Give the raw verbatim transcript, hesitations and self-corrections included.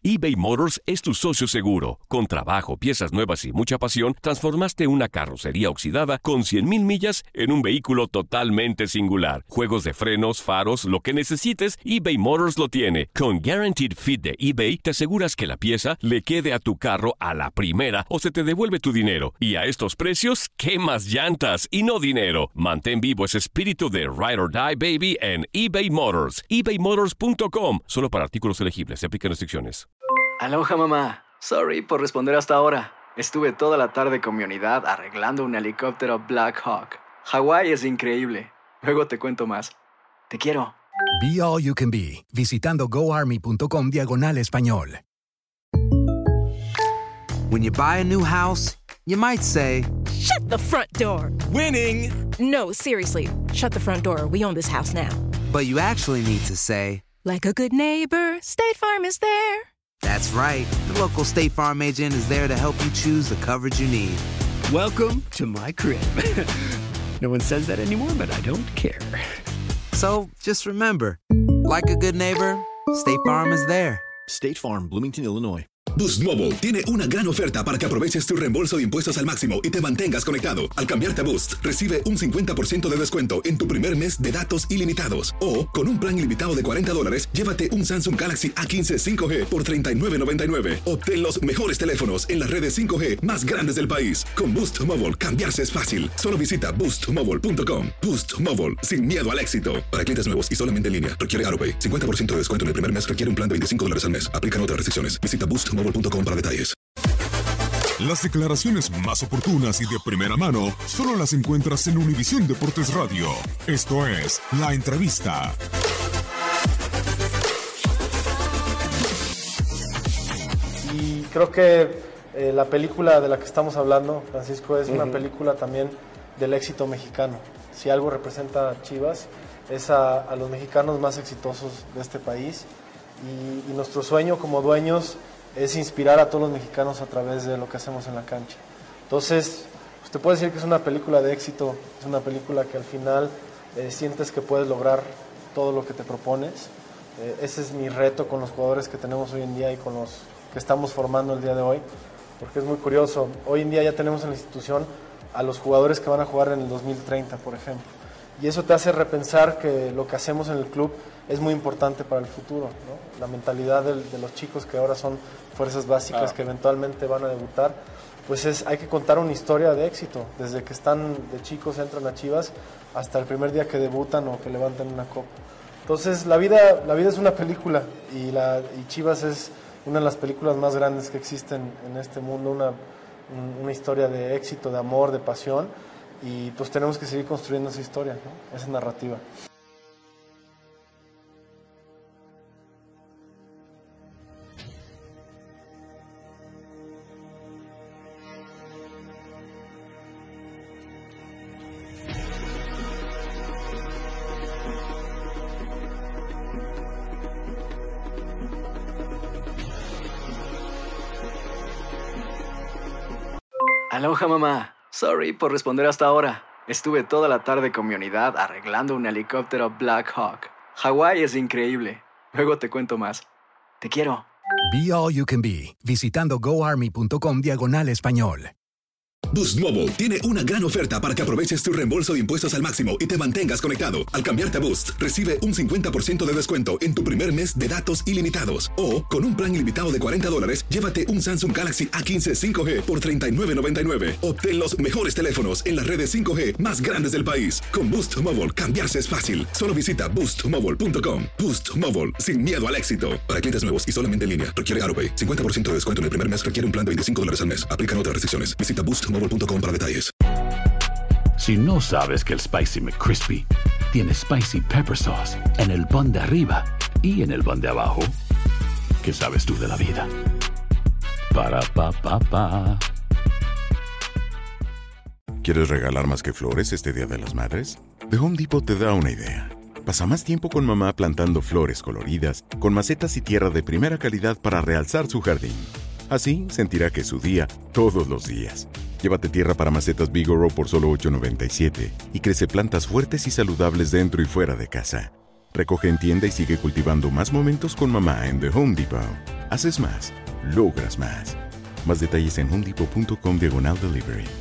eBay Motors es tu socio seguro. Con trabajo, piezas nuevas y mucha pasión, transformaste una carrocería oxidada con cien mil millas en un vehículo totalmente singular. Juegos de frenos, faros, lo que necesites, eBay Motors lo tiene. Con Guaranteed Fit de eBay, te aseguras que la pieza le quede a tu carro a la primera o se te devuelve tu dinero. Y a estos precios, ¿qué más llantas y no dinero? Mantén vivo ese espíritu de Ride or Die, baby, en eBay Motors. ebay motors punto com. Solo para artículos elegibles. Se aplican restricciones. Aloha, mamá. Sorry por responder hasta ahora. Estuve toda la tarde con mi unidad arreglando un helicóptero Black Hawk. Hawái es increíble. Luego te cuento más. Te quiero. Be All You Can Be, visitando goarmy.com diagonal español. When you buy a new house, you might say, "Shut the front door!" Winning! No, seriously. Shut the front door. We own this house now. But you actually need to say, like a good neighbor, State Farm is there. That's right. The local State Farm agent is there to help you choose the coverage you need. Welcome to my crib. No one says that anymore, but I don't care. So, just remember, like a good neighbor, State Farm is there. State Farm, Bloomington, Illinois. Boost Mobile tiene una gran oferta para que aproveches tu reembolso de impuestos al máximo y te mantengas conectado. Al cambiarte a Boost, recibe un cincuenta por ciento de descuento en tu primer mes de datos ilimitados. O, con un plan ilimitado de cuarenta dólares, llévate un Samsung Galaxy A quince cinco G por treinta y nueve noventa y nueve. Obtén los mejores teléfonos en las redes cinco G más grandes del país. Con Boost Mobile, cambiarse es fácil. Solo visita boost mobile punto com. Boost Mobile, sin miedo al éxito. Para clientes nuevos y solamente en línea, requiere AutoPay. cincuenta por ciento de descuento en el primer mes requiere un plan de veinticinco dólares al mes. Aplican otras restricciones. Visita boost mobile punto com para detalles. Las declaraciones más oportunas y de primera mano solo las encuentras en Univisión Deportes Radio. Esto es La Entrevista. Y creo que eh, la película de la que estamos hablando, Francisco, es uh-huh. una película también del éxito mexicano. Si algo representa a Chivas, es a, a los mexicanos más exitosos de este país. Y, y nuestro sueño como dueños es inspirar a todos los mexicanos a través de lo que hacemos en la cancha. Entonces, usted puede decir que es una película de éxito, es una película que al final eh, sientes que puedes lograr todo lo que te propones. Eh, ese es mi reto con los jugadores que tenemos hoy en día y con los que estamos formando el día de hoy, porque es muy curioso. Hoy en día ya tenemos en la institución a los jugadores que van a jugar en el dos mil treinta, por ejemplo. Y eso te hace repensar que lo que hacemos en el club es muy importante para el futuro, ¿no? La mentalidad de, de los chicos que ahora son fuerzas básicas, ah. que eventualmente van a debutar, pues es, hay que contar una historia de éxito, desde que están de chicos, entran a Chivas, hasta el primer día que debutan o que levantan una copa. Entonces la vida, la vida es una película y, la, y Chivas es una de las películas más grandes que existen en este mundo, una, una historia de éxito, de amor, de pasión, y pues tenemos que seguir construyendo esa historia, ¿no? Esa narrativa. Aloha, mamá. Sorry por responder hasta ahora. Estuve toda la tarde con mi unidad arreglando un helicóptero Black Hawk. Hawái es increíble. Luego te cuento más. Te quiero. Be All You Can Be, visitando goarmy.com diagonal español. Boost Mobile tiene una gran oferta para que aproveches tu reembolso de impuestos al máximo y te mantengas conectado. Al cambiarte a Boost, recibe un cincuenta por ciento de descuento en tu primer mes de datos ilimitados. O, con un plan ilimitado de cuarenta dólares, llévate un Samsung Galaxy A quince cinco G por treinta y nueve noventa y nueve. Obtén los mejores teléfonos en las redes cinco G más grandes del país. Con Boost Mobile, cambiarse es fácil. Solo visita boost mobile punto com. Boost Mobile, sin miedo al éxito. Para clientes nuevos y solamente en línea, requiere AutoPay. cincuenta por ciento de descuento en el primer mes requiere un plan de veinticinco dólares al mes. Aplican otras restricciones. Visita boost mobile punto com para detalles. Si no sabes que el Spicy McCrispy tiene Spicy Pepper Sauce en el pan de arriba y en el pan de abajo, ¿qué sabes tú de la vida? Para, pa, pa, pa. ¿Quieres regalar más que flores este Día de las Madres? The Home Depot te da una idea. Pasa más tiempo con mamá plantando flores coloridas, con macetas y tierra de primera calidad para realzar su jardín. Así sentirá que es su día todos los días. Llévate tierra para macetas Bigoro por solo ocho noventa y siete y crece plantas fuertes y saludables dentro y fuera de casa. Recoge en tienda y sigue cultivando más momentos con mamá en The Home Depot. Haces más, logras más. Más detalles en homedepot punto com diagonal delivery.